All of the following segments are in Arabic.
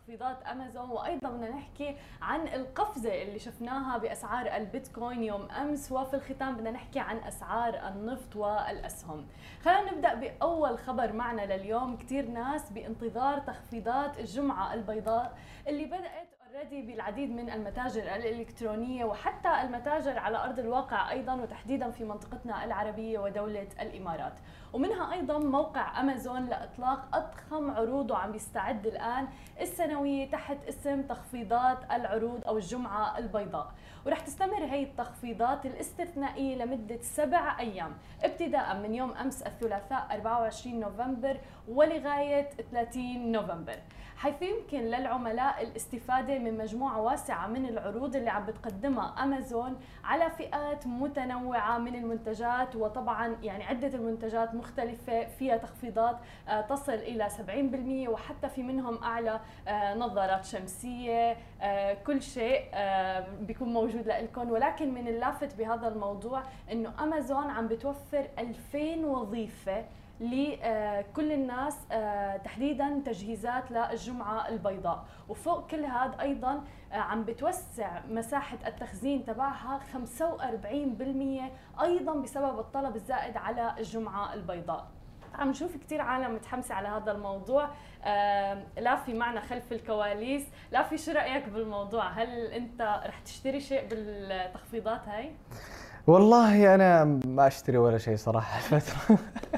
تخفيضات امازون، وايضا بدنا نحكي عن القفزه اللي شفناها باسعار البيتكوين يوم امس، وفي الختام بدنا نحكي عن اسعار النفط والاسهم. خلينا نبدا باول خبر معنا لليوم. كثير ناس بانتظار تخفيضات الجمعه البيضاء اللي بدات اوريدي بالعديد من المتاجر الالكترونيه وحتى المتاجر على ارض الواقع ايضا، وتحديدا في منطقتنا العربيه ودوله الامارات. ومنها ايضا موقع امازون لاطلاق اضخم عروضه، عم بيستعد الان السنويه تحت اسم تخفيضات العروض او الجمعه البيضاء. ورح تستمر هي التخفيضات الاستثنائيه لمده 7 ايام ابتداء من يوم امس الثلاثاء 24 نوفمبر ولغايه 30 نوفمبر، حيث يمكن للعملاء الاستفاده من مجموعه واسعه من العروض اللي عم بتقدمها امازون على فئات متنوعه من المنتجات. وطبعا يعني عده المنتجات مختلفه فيها تخفيضات تصل الى 70%، وحتى في منهم اعلى نظارات شمسيه، كل شيء بيكون موجود لكم. ولكن من اللافت بهذا الموضوع انه امازون عم بتوفر 2000 وظيفه لكل الناس، تحديدا تجهيزات للجمعة البيضاء. وفوق كل هذا أيضا عم بتوسع مساحة التخزين تبعها 45% أيضا بسبب الطلب الزائد على الجمعة البيضاء. عم نشوف كثير عالم متحمسة على هذا الموضوع. لافي معنا خلف الكواليس. لافي، شو رأيك بالموضوع؟ هل أنت رح تشتري شيء بالتخفيضات هاي؟ والله انا ما اشتري ولا شيء صراحه الفتره.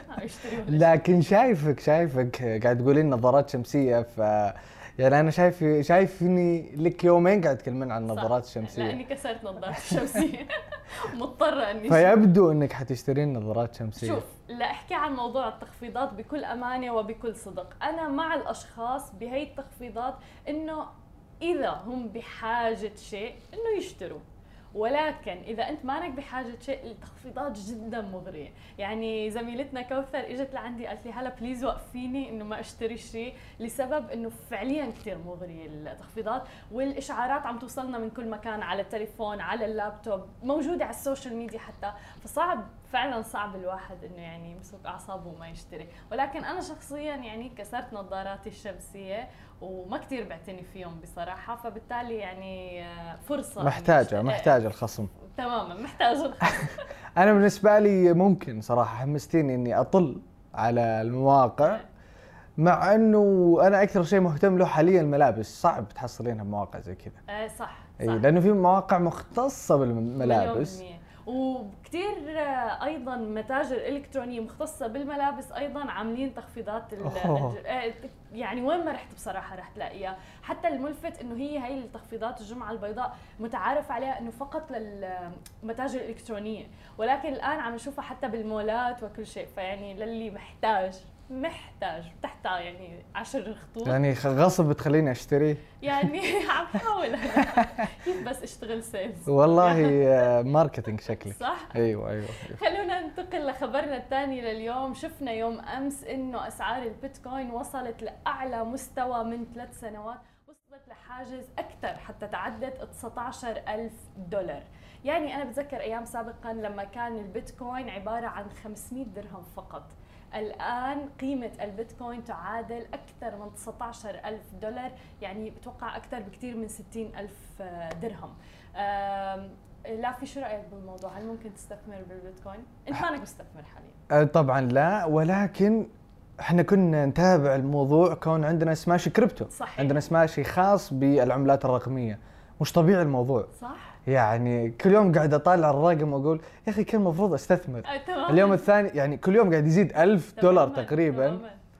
لكن شايفك قاعد تقولين نظارات شمسيه، ف يعني انا شايفني لك يومين قاعد تكلمين عن النظارات الشمسيه، لاني كسرت نظارتي الشمسيه مضطره اني فيبدو انك حتشترين نظارات شمسيه. شوف، لا احكي عن موضوع التخفيضات بكل امانه وبكل صدق، انا مع الاشخاص بهي التخفيضات انه اذا هم بحاجه شيء انه يشتروا، ولكن اذا انت مانك بحاجه شيء التخفيضات جدا مغريه. يعني زميلتنا كوثر اجت لعندي قالت لي هلا بليز وقفيني انه ما اشتري شيء، لسبب انه فعليا كثير مغريه التخفيضات، والاشعارات عم توصلنا من كل مكان، على التليفون، على اللابتوب، موجوده على السوشيال ميديا حتى. فصعب فعلا، صعب الواحد انه يعني يمسك اعصابه وما يشتري. ولكن انا شخصيا يعني كسرت نظاراتي الشمسيه وما كثير بعتني فيهم بصراحه، فبالتالي يعني فرصه محتاجه الخصم. تماما محتاجه الخصم. انا بالنسبه لي ممكن صراحه حمستيني اني اطل على المواقع، مع انه انا اكثر شيء مهتم له حاليا الملابس، صعب تحصلينها بمواقع زي كذا. صح لانه في مواقع مختصه بالملابس، وكثير ايضا متاجر الكترونيه مختصه بالملابس ايضا عاملين تخفيضات يعني وين ما رحت بصراحه رح تلاقيها. حتى الملفت انه هي التخفيضات الجمعه البيضاء متعارف عليها انه فقط للمتاجر الالكترونيه، ولكن الان عم نشوفها حتى بالمولات وكل شيء. فيعني للي محتاج تحت يعني 10 خطوط، يعني غصب بتخليني اشتري. يعني عم حاول كيف بس اشتغل سيلز. والله ماركتينج شكلك. صح؟ ايوه. خلونا ننتقل لخبرنا الثاني لليوم. شفنا يوم امس انه اسعار البيتكوين وصلت لاعلى مستوى من 3 سنوات، وصلت لحاجز اكثر حتى تعدت 19,000 دولار. يعني انا بتذكر ايام سابقا لما كان البيتكوين عباره عن 500 درهم فقط، الآن قيمة البيتكوين تعادل أكثر من 19,000 دولار، يعني بتوقع أكثر بكثير من 60,000 درهم. لا في، شو رأيك بالموضوع؟ هل ممكن تستثمر بالبيتكوين؟ أنت مانك مستثمر حاليا. طبعا لا، ولكن احنا كنا نتابع الموضوع كون عندنا سماشي كريبتو. صحيح. عندنا سماشي خاص بالعملات الرقمية. مش طبيعي الموضوع. صح. يعني كل يوم قاعد اطالع الرقم واقول يا اخي كان المفروض استثمر. اليوم الثاني يعني كل يوم قاعد يزيد 1000 دولار تقريبا.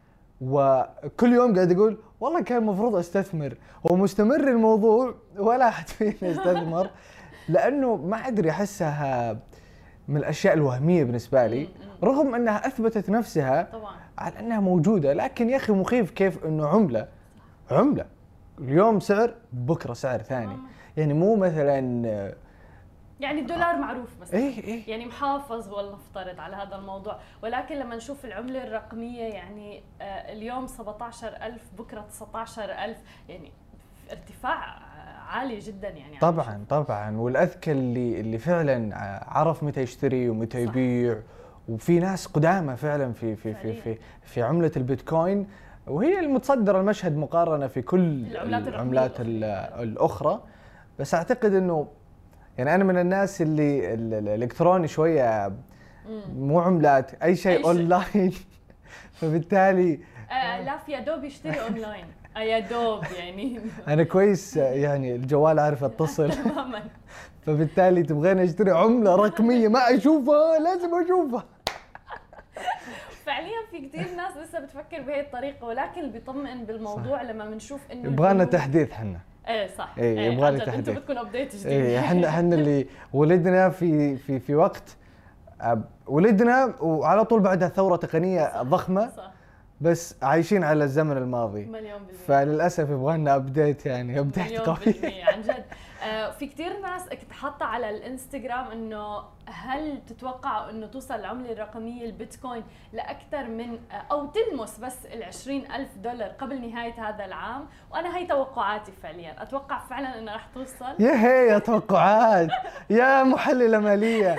وكل يوم قاعد يقول والله كان المفروض استثمر، ومستمر الموضوع ولا احد فينا يستثمر. لانه ما ادري، احسها من الاشياء الوهميه بالنسبه لي، رغم انها اثبتت نفسها طبعا على انها موجوده. لكن يا اخي مخيف كيف انه عمله اليوم سعر بكره سعر ثاني. يعني مو مثلا يعني الدولار معروف مثلا إيه؟ يعني محافظ ولا نفترض على هذا الموضوع، ولكن لما نشوف العملة الرقمية يعني اليوم 17,000 بكرة 19,000، يعني ارتفاع عالي جدا. يعني طبعا والاذكى اللي فعلا عرف متى يشتري ومتى يبيع، وفي ناس قدامى فعلا في عملة البيتكوين وهي المتصدره المشهد مقارنه في كل العملات الاخرى. بس اعتقد انه يعني انا من الناس اللي الالكتروني شويه، مو عملات، اي شيء اونلاين. فبالتالي لا، في يا دوب يشتري اونلاين، يا دوب يعني انا كويس يعني الجوال عارف اتصل تماما. فبالتالي تبغيني اشتري عمله رقميه ما اشوفها، لازم اشوفها. فعليا في كثير ناس لسه بتفكر بهي الطريقه، ولكن اللي بيطمئن بالموضوع صح. لما بنشوف انه يبغانا تحديث حنا. ايه صح، ايه يبغى لي تحديث. انتم بدكم ابديت جديد. ايه احنا اللي ولدنا في وقت ولدنا وعلى طول بعدها ثوره تقنيه صح ضخمه صح. بس عايشين على الزمن الماضي مليون بالمية. فللاسف يبغى لنا ابديت، يعني ابديت قوي عن جد. في كثير ناس كنت حاطه على الانستغرام انه هل تتوقعوا انه توصل العمله الرقميه البيتكوين لاكثر من او تلمس بس $20,000 قبل نهايه هذا العام؟ وانا هي توقعاتي فعليا، اتوقع فعلا انها رح توصل. يا توقعات يا محلله ماليه.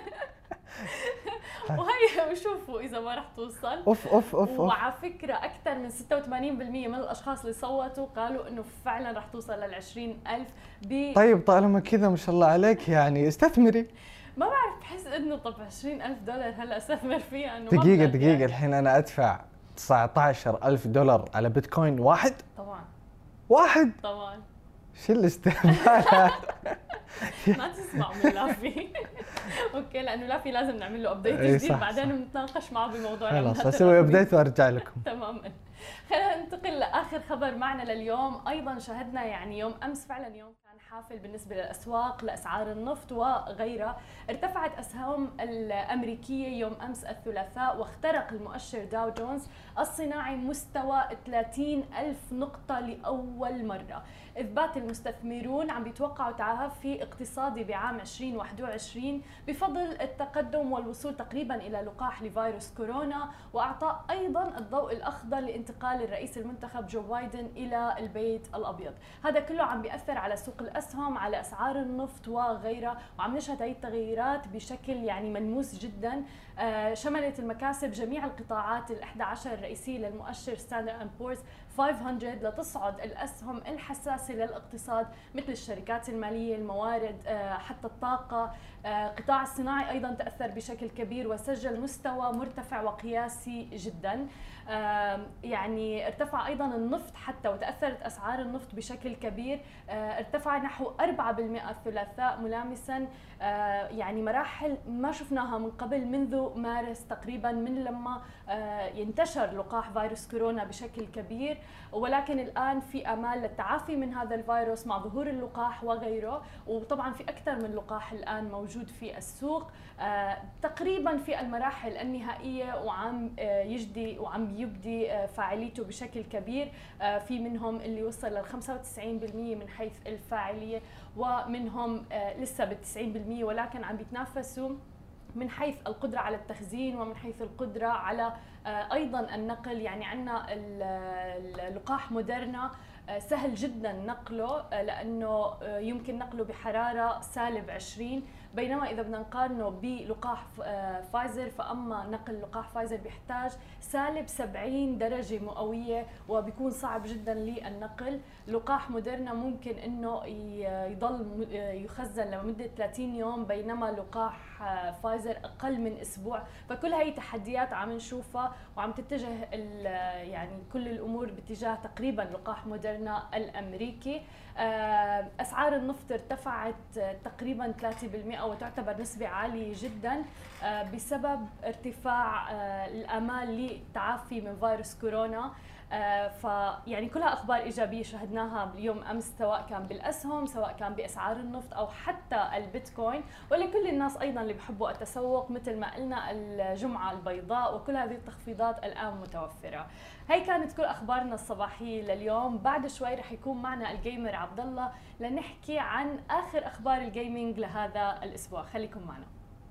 وهي وشوفوا اذا ما رح توصل. اوف وعلى فكره اكثر من 86% من الاشخاص اللي صوتوا قالوا انه فعلا رح توصل لل 20,000 طيب طالما كذا ما شاء الله عليك يعني استثمري. ما بعرف، بحس انه طب $20,000 هلا استثمر فيها انه دقيقة يعني. الحين انا ادفع $19,000 على بيتكوين واحد؟ واحد؟ طبعا. شو الاستهبال؟ ما تسمعوا من لافي. اوكي، لانه لافي لازم نعمل له ابديت جديد بعدين بنتناقش معه بموضوع. خلاص اسوي ابديت وارجع لكم. تماما. خلينا ننتقل لاخر خبر معنا لليوم. ايضا شهدنا يعني يوم امس فعلا يوم كان حافل بالنسبه للاسواق لاسعار النفط وغيرها. ارتفعت اسهم الامريكيه يوم امس الثلاثاء، واخترق المؤشر داو جونز الصناعي مستوى 30,000 نقطه لاول مره. اثبات المستثمرون عم بيتوقعوا تعافي اقتصادي بعام 2021 بفضل التقدم والوصول تقريبا الى لقاح لفيروس كورونا، واعطاء ايضا الضوء الاخضر لانتقال الرئيس المنتخب جو بايدن الى البيت الابيض. هذا كله عم بياثر على سوق الاسهم، على اسعار النفط وغيرها، وعم نشهد هي التغيرات بشكل يعني ملموس جدا. شملت المكاسب جميع القطاعات ال11 الرئيسيه للمؤشر ستاندرد اند بورز 500 لتصعد الاسهم الحساسه للاقتصاد مثل الشركات الماليه، الموارد، حتى الطاقه. قطاع الصناعي ايضا تاثر بشكل كبير وسجل مستوى مرتفع وقياسي جدا. يعني ارتفع ايضا النفط حتى، وتاثرت اسعار النفط بشكل كبير، ارتفع نحو 4% الثلاثاء ملامسا يعني مراحل ما شفناها من قبل منذ مارس تقريبا، من لما ينتشر لقاح فيروس كورونا بشكل كبير. ولكن الان في امال للتعافي من هذا الفيروس مع ظهور اللقاح وغيره، وطبعا في اكثر من لقاح الان موجود في السوق تقريبا في المراحل النهائيه، وعم يجدي وعم يبدي فاعليته بشكل كبير. في منهم اللي وصل لل 95% من حيث الفاعليه، ومنهم لسه بال 90%، ولكن عم بيتنافسوا من حيث القدرة على التخزين ومن حيث القدرة على أيضا النقل. يعني عندنا اللقاح موديرنا سهل جدا نقله، لأنه يمكن نقله بحرارة -20، بينما إذا بدنا نقارنه بلقاح فايزر، فأما نقل لقاح فايزر بيحتاج -70 درجة مئوية وبيكون صعب جدا للنقل. لقاح موديرنا ممكن إنه يضل يخزن لمدة 30 يوم، بينما لقاح فايزر أقل من أسبوع. فكل هاي تحديات عم نشوفها، وعم تتجه يعني كل الأمور باتجاه تقريبا لقاح موديرنا الأمريكي. أسعار النفط ارتفعت تقريبا 3%، وتعتبر نسبة عالية جدا بسبب ارتفاع الآمال للتعافي من فيروس كورونا. فيعني كلها اخبار ايجابيه شهدناها اليوم امس، سواء كان بالاسهم، سواء كان باسعار النفط، او حتى البيتكوين. ولكل الناس ايضا اللي بحبوا التسوق، مثل ما قلنا الجمعه البيضاء وكل هذه التخفيضات الان متوفره. هي كانت كل اخبارنا الصباحيه لليوم. بعد شوي رح يكون معنا الجيمر عبد الله لنحكي عن اخر اخبار الجيمنج لهذا الاسبوع. خليكم معنا.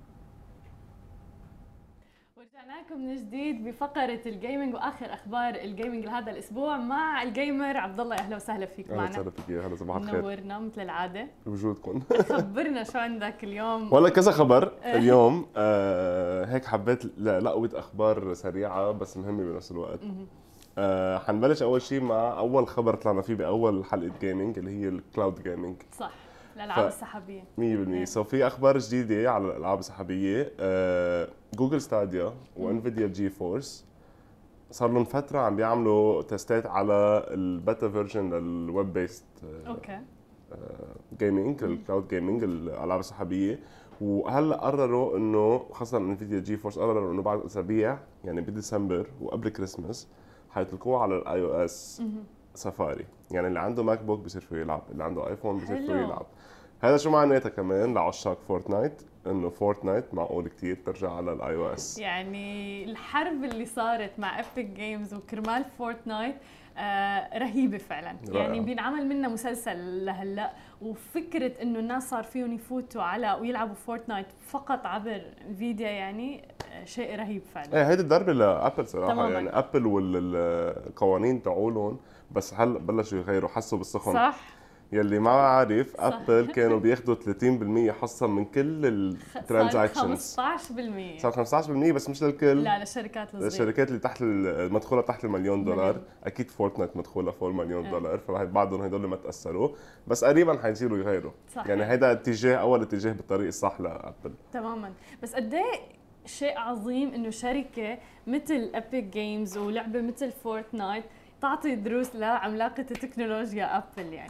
ورجعنا لكم من جديد بفقرة الجيمنج واخر اخبار الجيمنج لهذا الاسبوع مع الجيمر عبد الله. اهلا وسهلا فيك معنا. اهلا وسهلا فيك، هلا صباح الخير. نورنا مثل العادة بوجودكم. خبرنا شو عندك اليوم. والله كذا خبر اليوم. هيك حبيت لقوة اخبار سريعة بس مهمة بنفس الوقت. حنبلش اول شيء مع اول خبر طلعنا فيه باول حلقه جيمنج اللي هي الكلاود جيمنج. صح، الالعاب السحابيه 100%. سو في اخبار جديده على الالعاب السحابيه. جوجل ستاديا وانفيديا جي فورس صار لهم فتره عم بيعملوا تستات على البيتا فيرجن للويب بيست اوكي جيمنج، الكلاود جيمنج، الالعاب السحابيه. وهلا قرروا انه خاصه انفيديا جي فورس قرروا انه بعد اسابيع يعني بديسمبر وقبل كريسماس حيطلقوها على الاي او اس سفاري. يعني اللي عنده ماك بوك بصير فيه يلعب، اللي عنده ايفون بصير فيه يلعب. هذا شو معناتها كمان لعشاق فورتنايت؟ انه فورتنايت معقول كثير ترجع على الاي او اس. يعني الحرب اللي صارت مع ابيك جيمز وكرمال فورتنايت رهيبه فعلا. رائع. يعني بينعمل منها مسلسل لهلا، وفكره انه الناس صار فيهم يفوتوا على ويلعبوا فورتنايت فقط عبر فيديو، يعني شيء رهيب فعلا. ايه هيدي الضربه لابل صراحه. تماماً. يعني ابل والقوانين تاعولهم بس هلا بلشوا يغيروا، حسوا بالسخن. صح. يلي ما عارف ابل كانوا بياخذوا 30% حصه من كل الترانزاكشنز. 15%. صار 15% بس مش للكل. لا، للشركات الصغيره. الشركات اللي تحت المدخوله تحت المليون دولار. اكيد فورتنايت مدخوله فوق المليون دولار، فبعضهم هدول ما تاثروا، بس قريبا حيصيروا يغيروا. صح. يعني هيدا اتجاه، اول اتجاه بالطريق الصح لابل. تماما. بس قد ايه شيء عظيم انه شركه مثل ابيك جيمز ولعبه مثل فورتنايت تعطي دروس لعملاقه التكنولوجيا ابل. يعني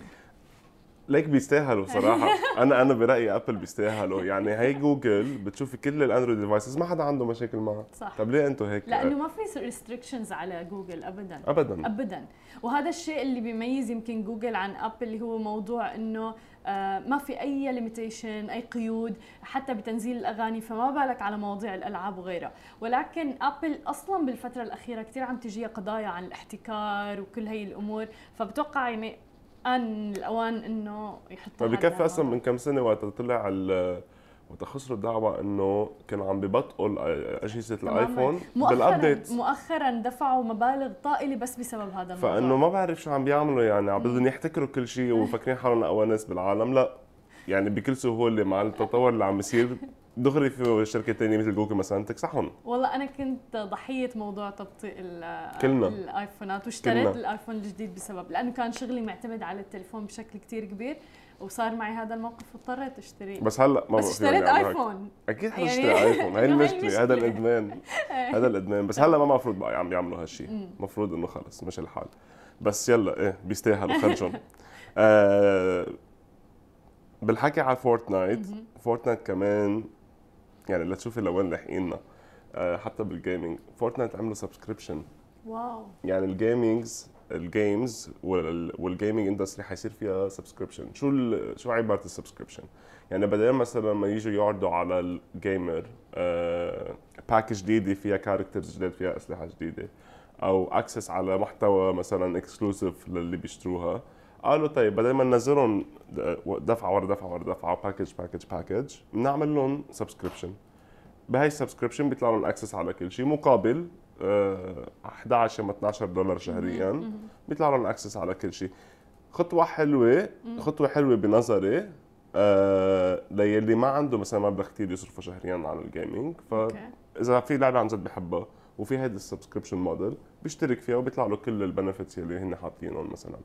ليك بيستاهلوا صراحه. انا برايي ابل بيستاهلوا. يعني هي جوجل بتشوفي كل الاندرويد ديفايسز ما حدا عنده مشاكل معها. صح. طب ليه انتم هيك؟ لانه ما في ريستريكشنز على جوجل ابدا ابدا ابدا. وهذا الشيء اللي بيميز يمكن جوجل عن ابل، اللي هو موضوع انه ما في اي ليميتيشن، اي قيود حتى بتنزيل الاغاني، فما بالك على مواضيع الالعاب وغيرها. ولكن ابل اصلا بالفتره الاخيره كثير عم تجي قضايا عن الاحتكار وكل هي الامور، فبتوقع يعني ان الاوان انه يحطوا. ما بكفي اصلا من كم سنه وقت طلع وقت خسروا الدعوه انه كانوا عم ببطئوا اجهزه الايفون بالابديت. مؤخرا دفعوا مبالغ طائله بس بسبب هذا الموضوع. فانه ما بعرف شو عم بيعملوا. يعني عم بدهم يحتكروا كل شيء وفاكرين حالهم اقوى ناس بالعالم. لا، يعني بكل سهوله مع التطور اللي عم بيصير دغري في شركه ثانيه مثل جوجل مثلا تكسحهم. والله انا كنت ضحيه موضوع تبطيء كلنا. الايفونات، واشتريت الايفون الجديد بسبب لانه كان شغلي معتمد على التليفون بشكل كثير كبير، وصار معي هذا الموقف واضطريت اشتري. بس هلا ما بس اشتريت ايفون. اكيد حتشتري ايفون. هي المشكله، هذا الادمان. هذا الادمان. بس هلا ما المفروض بقى عم يعملوا هالشيء. المفروض انه خلص مش الحال. بس يلا ايه بيستاهلوا خرجهم. بالحكي على فورتنايت كمان، يعني لا تشوفي لوين لاحقيننا. حتى بالجيمنج فورتنايت عملوا سبسكريبشن. واو. يعني الجيمز والجيمنج اندستري حيصير فيها سبسكريبشن. شو عباره السبسكريبشن؟ يعني بدل مثلا ما يجوا يعرضوا على الجيمر باكج جديده فيها كاركترز جداد، فيها اسلحه جديده، او اكسس على محتوى مثلا اكسكلوسيف للي بيشتروها، قالوا طيب بدل ما ننزلهم دفعه ورا دفعه ورا دفعه، باكج بنعمل لهم سبسكريبشن. بهي السبسكريبشن بيطلع لهم اكسس على كل شيء مقابل 11 أو 12 دولار شهريا. بيطلع لهم اكسس على كل شيء. خطوه حلوه بنظري للي ما عنده مثلا مبلغ كثير يصرفه شهريا على الجيمنج. فاذا في لعبه عن جد بحبها وفي هيدا السبسكريبشن موديل بيشترك فيها وبيطلع له كل البنفيتس اللي هن حاطينهم مثلا.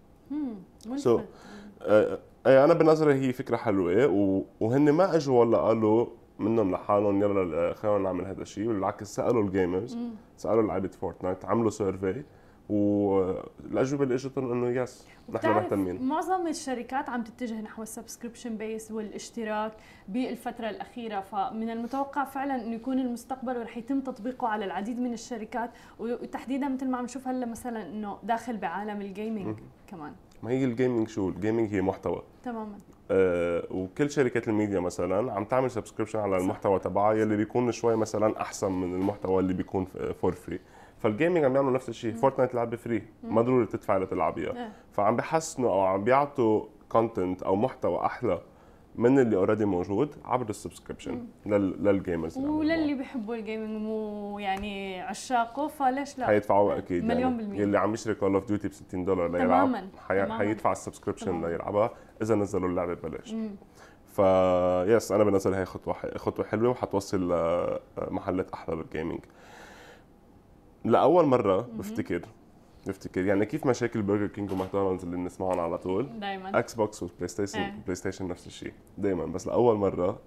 انا بنظري هي فكره حلوه. وهن ما اجوا والله قالوا منهم لحالهم يلا خلينا نعمل هذا الشيء. بالعكس سالوا الجيمرز، سالوا لعيبه فورتنايت، عملوا سيرفي، والاجوبه اللي اجتهم انه يس نحن مهتمين. معظم الشركات عم تتجه نحو السبسكريبشن بيس والاشتراك بالفتره الاخيره، فمن المتوقع فعلا انه يكون المستقبل ورح يتم تطبيقه على العديد من الشركات، وتحديدا مثل ما عم نشوف هلا مثلا انه داخل بعالم الجيمنج كمان. ما هي الجيمنج شو؟ الجيمنج هي محتوى تماما. وكل شركات الميديا مثلا عم تعمل سبسكريبشن على المحتوى تبعها يلي بيكون شوي مثلا احسن من المحتوى اللي بيكون فور فري. فالجيمنج عم يعملوا نفس الشيء. فورتنايت لعبه فري، ما ضروري تدفع لتلعبيها. فعم بحسنوا او عم بيعطوا كونتنت او محتوى احلى من اللي اوريدي موجود عبر السبسكريبشن للجيمرز وللي بيحبوا الجيمنج مو يعني عشاقه، فليش لا؟ حيدفعوا اكيد. مليون بالمية. يلي عم يشتري كول اوف ديوتي ب $60 ليلعب حيدفع السبسكريبشن ليلعبها اذا نزلوا اللعبه ببلاش. يس انا بالنسبه لي هي خطوه حلوه وحتوصل لمحلات احلى بالجيمنج. لاول مره بفتكر بفتكر يعني كيف مشاكل برجر كينج وماكدونالدز اللي بنسمعهم على طول دائما اكس بوكس وبلاي ستيشن بلاي ستيشن نفس الشيء دائما. بس لاول مره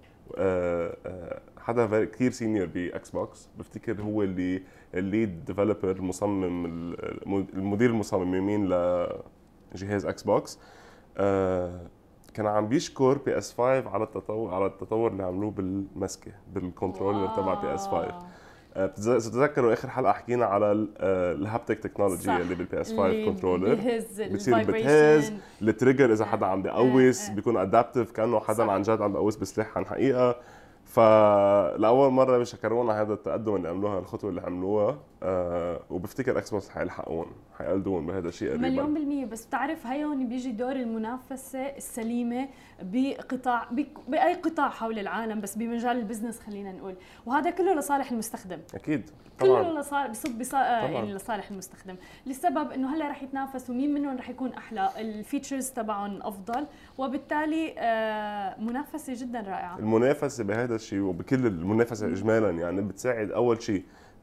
حدا كثير سينيور باكس بوكس بفتكر هو اللي الليد ديفلوبر المصمم المدير المصممين لجهاز اكس بوكس كان عم بيشكر بي اس 5 على التطور اللي عملوه بالمسكه بالكنترولر تبع بي اس 5. بتتذكروا اخر حلقه حكينا على الهابتك تكنولوجي اللي بالبي اس 5 كنترول بتصير بتهز التريجر اذا حدا عم بيقوس بيكون ادابتيف كانه حدا عن جد عم بيقوس بسلاح عن حقيقه. فلاول مره بيشكرونا هذا التقدم اللي عملوها الخطوه اللي عملوها وبفتكر اكس بوكس حيلحقون حيقلدون بهذا الشيء قريبا مليون بالمية. بس بتعرف هون بيجي دور المنافسه السليمه بقطاع باي قطاع حول العالم بس بمجال البزنس خلينا نقول وهذا كله لصالح المستخدم اكيد طبعا كله بصب يعني لصالح المستخدم لسبب انه هلا رح يتنافسوا مين منهم رح يكون احلى الفيتشرز تبعهم افضل وبالتالي منافسه جدا رائعه. المنافسه بهذا الشيء وبكل المنافسه اجمالا يعني بتساعد اول شيء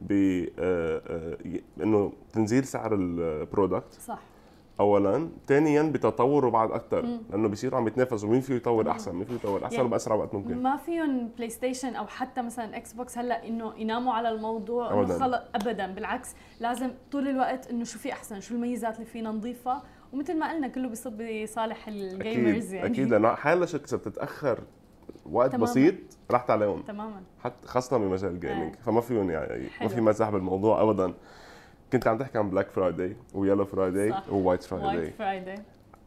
انه تنزيل سعر البرودكت صح اولا. ثانيا بتطوروا بعد اكثر لانه بيصيروا عم يتنافسوا مين فيه يطور احسن مين فيه يطور احسن يعني وباسرع وقت ممكن. ما فيهم بلاي ستيشن او حتى مثلا اكس بوكس هلا انه يناموا على الموضوع ابدا بالعكس لازم طول الوقت انه شو في احسن شو الميزات اللي فينا نضيفها ومثل ما قلنا كله بيصب بصالح الجيمرز يعني اكيد لانه حال شركه بتتاخر وقت تماماً. بسيط راحت عليهم تماما حتى خاصه بمجال الجيمنج فما فيهم يعني ما في مزح بالموضوع ابدا. كنت عم تحكي عن بلاك فرايداي ويلو فرايداي ووايت فرايداي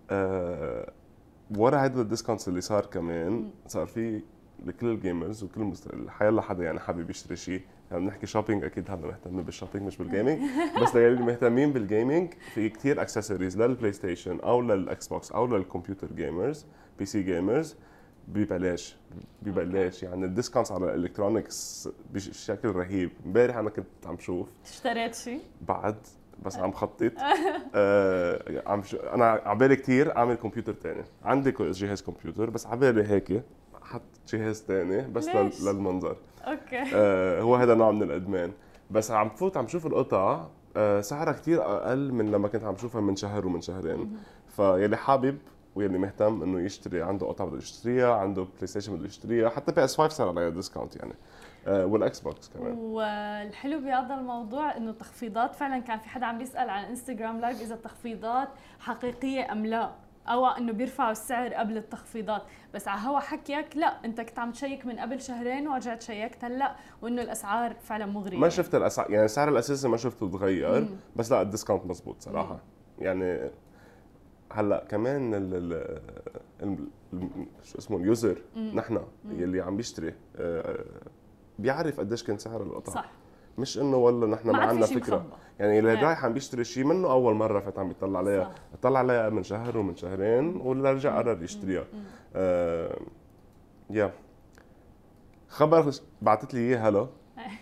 ورا هذا الديسكاونتس اللي صار كمان صار في لكل الجيمرز وكل حيلا حدا يعني حابب يشتري شيء يعني بنحكي شوبينج اكيد هلا مهتمين بالشوبينج مش بالجيمنج بس للي مهتمين بالجيمنج في كثير اكسسوارز للبلاي ستيشن او للاكس بوكس او للكمبيوتر جيمرز بي سي جيمرز ببلاش يعني الديسكاونتس على الالكترونكس بشكل رهيب. امبارح انا كنت عم شوف اشتريت شيء بعد بس عم خطط انا عبالي كثير اعمل كمبيوتر ثاني عندي جهاز كمبيوتر بس عبالي هيك حط جهاز ثاني بس للمنظر اوكي هو هذا نوع من الادمان. بس عم شوف القطع سعرها كثير اقل من لما كنت عم شوفها من شهر ومن شهرين. فيلي حابب ويلي مهتم انه يشتري عنده قطعه بده يشتريها عنده بلاي ستيشن بده يشتريها حتى بي اس 5 صار عليها ديسكاونت يعني والاكس بوكس كمان. والحلو بهذا الموضوع انه التخفيضات فعلا كان في حدا عم بيسال على انستغرام لايف اذا التخفيضات حقيقيه ام لا او انه بيرفعوا السعر قبل التخفيضات بس على هوا حكيك لا انت كنت عم تشيك من قبل شهرين ورجعت شيكت هلا وانه الاسعار فعلا مغريه. ما شفت الاسعار يعني السعر الاساسي ما شفته تغير بس لا الديسكاونت مزبوط صراحه. يعني هلا كمان شو اسمه اليوزر نحن يلي عم بيشتري بيعرف قديش كان سعر القطع صح مش انه والله نحن ما عندنا فكره مخبأ. يعني اللي رايح عم بيشتري شيء منه اول مره فات عم يطلع عليها طلع عليها من شهر ومن شهرين ولا رجع قرر يشتريها. يا خبر بعثت لي اياه هلا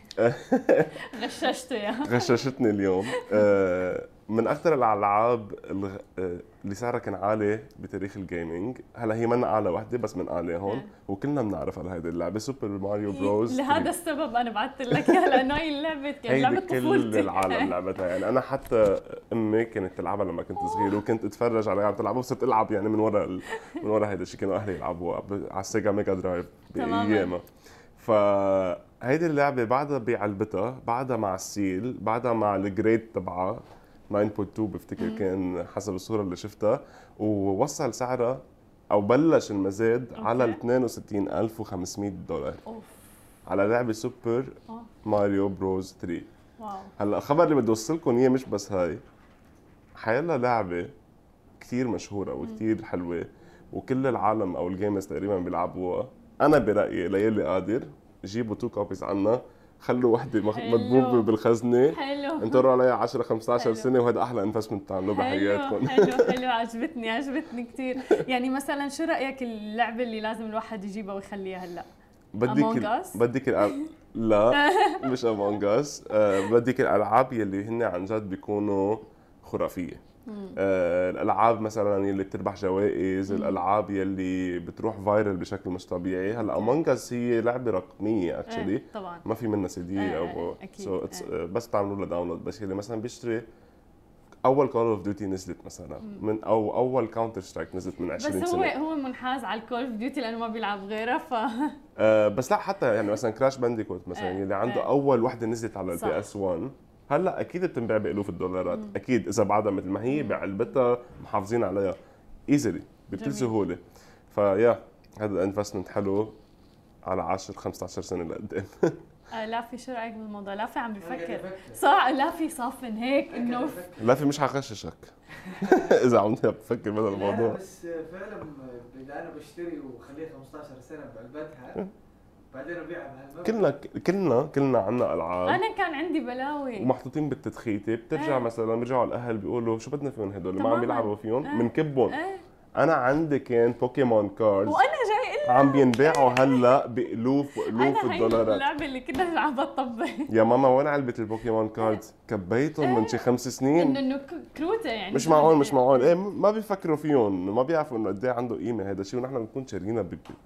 غششتني اليوم من اكثر الالعاب اللي سعرها كان عالي بتاريخ الجيمنج. هلا هي منا اعلى وحده بس من اعلاهم وكلنا بنعرف على هيدي اللعبه سوبر ماريو بروز. لهذا السبب انا بعثت لك اياها لانه هي اللعبه كانت لعبه طفولتي كل العالم لعبتها يعني انا حتى امي كانت تلعبها لما كنت صغير وكنت اتفرج عليها عم تلعبها وصرت العب يعني من ورا هيدا الشيء كانوا اهلي يلعبوها على السيجا ميجا درايف بايامها. فهيدي اللعبه بعدها بعلبتها بعدها مع السيل بعدها مع الجريد تبعها 9.2 بفتكر كان حسب الصوره اللي شفتها ووصل سعرها او بلش المزاد على $62,500 على لعبه سوبر ماريو بروز 3. واو. هلا الخبر اللي بدي اوصلكم اياه مش بس هاي حيلا لعبه كثير مشهوره وكثير حلوه وكل العالم او الجيمرز تقريبا بيلعبوها. انا برايي ليلي قادر جيبوا 2 كوبيز عنها خلوا وحده مدبوبه بالخزنه حلو انطروا عليها 10 15 سنه وهذا احلى انفستمنت تعملوه بحياتكم. حلو عجبتني كثير. يعني مثلا شو رايك اللعبه اللي لازم الواحد يجيبها ويخليها هلا؟ بدك لا مش امونج اس بدك الالعاب يلي هن عن جد بيكونوا خرافيه. الالعاب مثلا يلي بتربح جوائز الالعاب يلي بتروح فايرل بشكل مش طبيعي. هلا امونج اس هي لعبه رقميه اكشلي طبعا ما في منها سي دي او بس بتعملوا لها داونلود. بس يلي مثلا بيشتري اول كول اوف ديوتي نزلت مثلا من اول كاونتر سترايك نزلت من 20 بس سنه. هو منحاز على الكول اوف ديوتي لانه ما بيلعب غيرها بس لا حتى يعني مثلا كراش بانديكوت مثلا اللي عنده اول وحده نزلت على البي اس 1 هلا اكيد بتنباع بالوف الدولارات. اكيد اذا بعدها مثل ما هي بعلبتها محافظين عليها ايزلي بكل سهوله. فيا هذا الانفستمنت حلو على 10 15 سنه لقدام. لافي شو رايك بالموضوع؟ لافي عم بفكر صح. لافي صافن هيك انه لافي مش حغششك اذا عم تفكر بهذا الموضوع. بس فعلا اذا انا بشتري وخليه 15 سنه بعلبتها بعدين ابيعها كلنا عندنا العاب. انا كان عندي بلاوي ومحطوطين بالتدخيته بترجع مثلا بيرجعوا الاهل بيقولوا شو بدنا فيهم هدول ما عم بيلعبوا فيهم بنكبهم. انا عندي كان بوكيمون كاردز وانا جاي عم بينباعوا هلا بالوف والوف الدولارات. اللعبه اللي كنا نلعبها طبي يا ماما وين علبه البوكيمون كاردز؟ كبيتهم من شي 5 سنين. انه كروته يعني مش معقول ايه ما بيفكروا فيهم ما بيعرفوا انه قد ايه عنده قيمه هذا الشيء ونحن بنكون شاريينها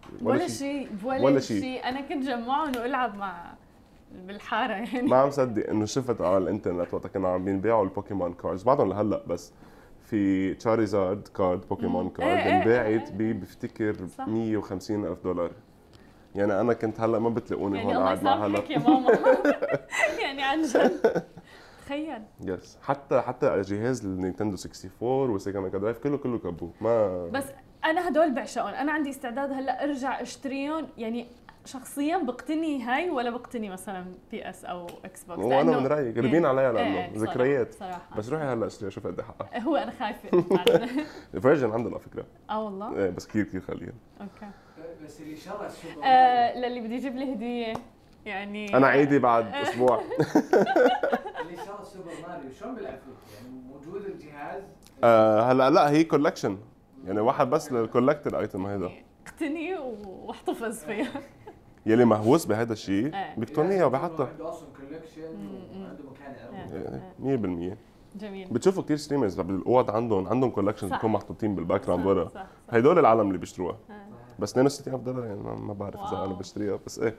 ولا شيء. انا كنت جمعهم والعب مع بالحاره يعني. ما عم صدق انه شفت على الانترنت وقت كانوا عم بينباعوا البوكيمون كاردز بعدهم لهلا بس في تشاريزارد كارد بوكيمون كارد انباعت بفتكر $150,000. يعني انا كنت هلا ما بتلاقوني يعني هون قاعد مع هلا يا ماما يعني عن جد تخيل. يس حتى جهاز النينتندو 64 وسيجا ميجا درايف كله كبوه ما. بس انا هدول بعشقهم. انا عندي استعداد هلا ارجع اشتريهم يعني شخصيا. بقتني هاي ولا بقتني مثلا بي اس او اكس بوكس. وانا من رايي قريبين عليها لانه ذكريات صراحة. بس روحي هلا اشتري شوف قد ايه حقها. هو انا خايفه الفيرجن عندنا على فكره. والله ايه بس كثير خاليين. اوكي بس اللي شرى السوبر للي بده يجيب لي هديه يعني انا عيدي بعد اسبوع. اللي شرى السوبر ماريو شلون بيلعب فيه؟ يعني موجود الجهاز هلا لا هي كولكشن يعني واحد بس للكولكتر ايتم هيدا. اقتني واحتفظ فيها. يلي مهووس بهذا الشيء بيكتبني اياه وبحطه. عنده اصلا كولكشن وعنده مكان يعرفه. 100% جميل. بتشوفوا كثير ستريمرز بالاوض عندهم كولكشنز بيكونوا محطوطين بالباك جراوند ورا. صح. هدول العالم اللي بيشتروها. بس $62,000 يعني ما بعرف اذا انا بشتريها بس ايه.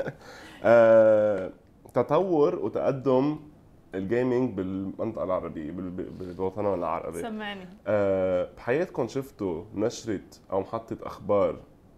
تطور وتقدم الجيمنج بالمنطقه العربيه بالوطن العربي. سمعني. بحياتكم شفتوا نشره او محطه اخبار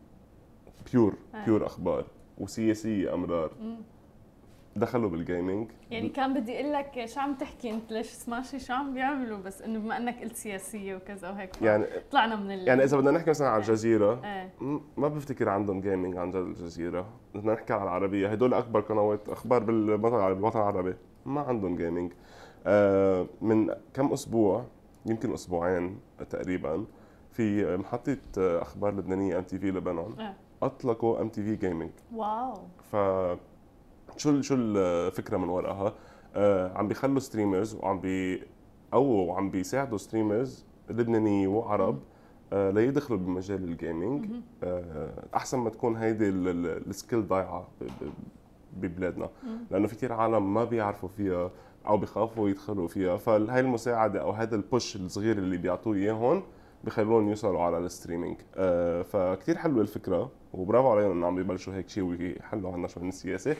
بيور اخبار وسياسيه امرار دخلوا بالجيمنج؟ يعني كان بدي اقول لك شو عم تحكي انت ليش سماشي شو عم بيعملوا بس انه بما انك قلت سياسيه وكذا وهيك يعني طلعنا من يعني اذا بدنا نحكي مثلا على الجزيره ما بفتكر عندهم جيمنج عن جد. الجزيره بدنا نحكي على العربيه هدول اكبر قنوات اخبار بالوطن العربي ما عندهم جيمنج. من كم اسبوع يمكن اسبوعين تقريبا في محطه اخبار لبنانيه MTV لبنان اطلقوا MTV جيمنج. واو. ف شو الفكره من وراها؟ عم بيخلوا ستريمرز وعم بيساعدوا ستريمرز لبنانيه وعرب ليدخلوا بمجال الجيمنج. احسن ما تكون هيدي السكيل ضايعه ببلادنا لانه في كثير عالم ما بيعرفوا فيها او بيخافوا يدخلوا فيها. فهي المساعده او هذا البوش الصغير اللي بيعطوه اياهم بخلون يوصلوا على الستريمينج. فكتير حلوه الفكره وبرافو عليهم انه عم يبلشوا هيك شيء ويحلوا عنا شوي من السياسه.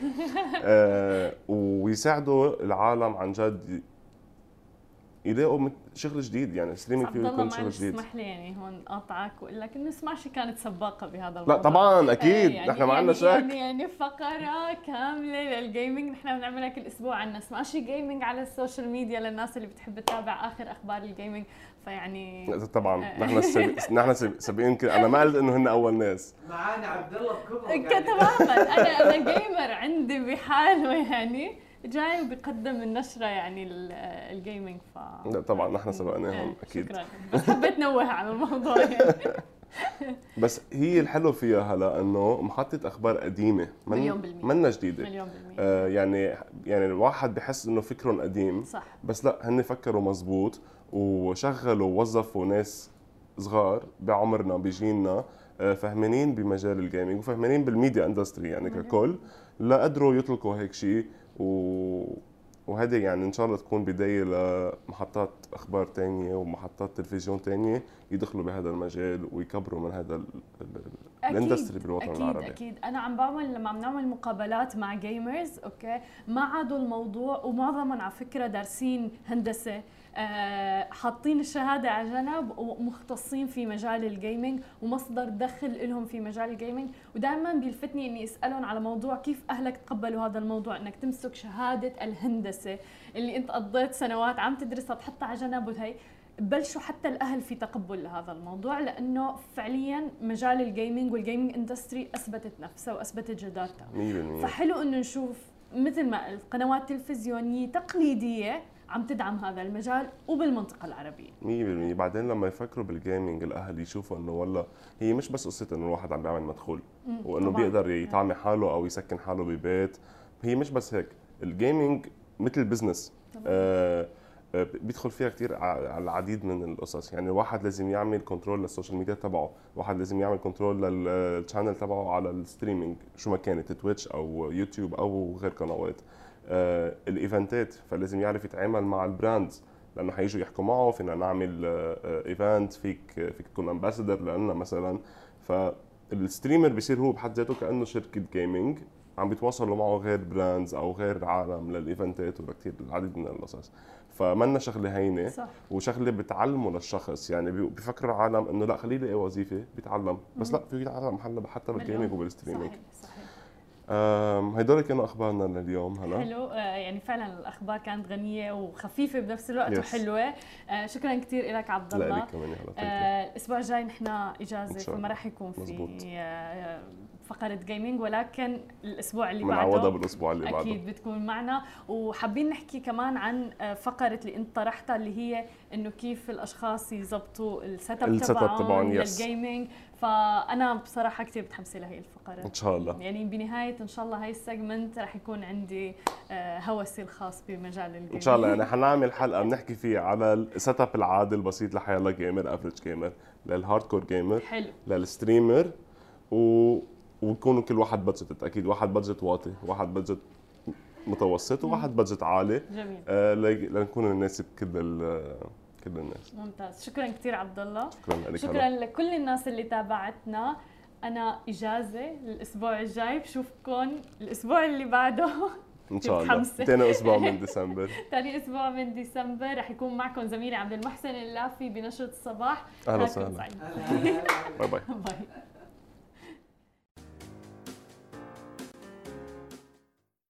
ويساعدوا العالم عن جد يلاقوا شغل جديد. يعني ستريمينج فيه يكون شغل جديد. اسمح لي يعني هون قاطعك واقول لك انه سماشي كانت سباقه بهذا لا الموضوع. طبعا اكيد يعني نحن ما عندنا شك. يعني فقره كامله للجيمنج نحن بنعملها كل اسبوع. عندنا سماشي جيمنج على السوشيال ميديا للناس اللي بتحب تتابع اخر اخبار الجيمنج. فيعني طبعا نحن سابقين. انا ما قلت انه هن اول ناس. معانا عبد الله بكبر تماما. انا جيمر عندي بحاله يعني جاي وبقدم النشره يعني الجيمنج. لا طبعا نحن سبقناهم اكيد. شكرا بس حبيت نوه على الموضوع يعني. بس هي الحلو فيها هلا انه محطه اخبار قديمه منا جديده. مليون بالمية. يعني الواحد بحس انه فكرهم قديم صح. بس لا هن فكروا مزبوط وشغلوا ووظفوا ناس صغار بعمرنا بجيلنا فهمانين بمجال الجيمنج وفهمانين بالميديا اندستري يعني ككل لقدروا يطلقوا هيك شيء. وهذه يعني ان شاء الله تكون بدايه لمحطات اخبار ثانيه ومحطات تلفزيون ثانيه يدخلوا بهذا المجال ويكبروا من هذا الاندستري بالوطن العربي. اكيد انا لما عم نعمل مقابلات مع جيمرز اوكي ما عادوا الموضوع ومعظمهم على فكره دارسين هندسه حاطين الشهاده على جنب ومختصين في مجال الجيمنج ومصدر دخل لهم في مجال الجيمنج. ودائما بيلفتني اني اسالهم على موضوع كيف اهلك تقبلوا هذا الموضوع، انك تمسك شهاده الهندسه اللي انت قضيت سنوات عم تدرسها تحطها على جنب، وهي بلشوا حتى الاهل في تقبل لهذا الموضوع، لانه فعليا مجال الجيمنج والجيمنج اندستري اثبتت نفسها واثبتت جدارتها. 100%. فحلو انه نشوف مثل ما القنوات التلفزيونيه تقليديه عم تدعم هذا المجال وبالمنطقه العربيه 100%. بعدين لما يفكروا بالجيمنج الاهل يشوفوا انه والله هي مش بس قصه انه الواحد عم بيعمل مدخول وانه طبعاً. بيقدر يطعمي حاله او يسكن حاله ببيت. هي مش بس هيك، الجيمنج مثل بزنس. بيدخل فيها كثير على العديد من القصص. يعني الواحد لازم يعمل كنترول للسوشيال ميديا تبعه، الواحد لازم يعمل كنترول للشانل تبعه على الستريمينج شو ما كانت، تويتش او يوتيوب او غير قنوات. الايفنتات، فلازم يعرف يتعامل مع البراندز لانه حييجوا يحكوا معه، فينا نعمل ايفنت، فيك تكون امباسادور لنا مثلا. فالستريمر بيصير هو بحد ذاته كانه شركه جيمنج عم بيتواصلوا معه غير براندز او غير عالم للايفنتات ولكثير العديد من القصص. فمنا شغله هينه صح. وشغله بتعلمه للشخص. يعني بيفكر العالم انه لا خليه يلاقي وظيفه بيتعلم، بس لا في يتعلم حتى بالجيمنج وبالستريمينج. صحيح. هدول كانوا اخبارنا لليوم. هلا حلو. يعني فعلا الاخبار كانت غنيه وخفيفه بنفس الوقت وحلوه. شكرا كثير لك عبد الله. لك كمان. هلا الاسبوع الجاي نحن اجازه فما راح يكون في فقره جيمنج، ولكن الاسبوع اللي بعده بنعوضها بالاسبوع اللي بعده اكيد بتكون معنا. وحابين نحكي كمان عن فقره اللي انت طرحتها اللي هي انه كيف الاشخاص يزبطوا السيت اب تبعهم للجيمنج. فانا بصراحه كثير متحمسه لهي الفقره ان شاء الله. يعني بنهايه ان شاء الله هاي السيجمنت رح يكون عندي هوسي الخاص بمجال الجيمنج ان شاء الله. يعني حنعمل حلقه بنحكي فيها على السيت اب العادي البسيط لحيلا جيمر، افريج جيمر، للهارد كور جيمر، حلو، للستريمر، ويكونوا كل واحد بادجت. اكيد واحد بادجت واطي، واحد بادجت متوسط، وواحد بادجت عالي. جميل. لنكون نناسب كل الناس. ممتاز. شكرا كثير عبد الله. شكرا لك. شكرا لكل الناس اللي تابعتنا. انا اجازه الاسبوع الجاي، بشوفكم الاسبوع اللي بعده ان شاء الله. ثاني اسبوع من ديسمبر. ثاني اسبوع من ديسمبر رح يكون معكم زميلي عبد المحسن اللافي بنشرة الصباح. اهلا وسهلا. باي باي. باي باي.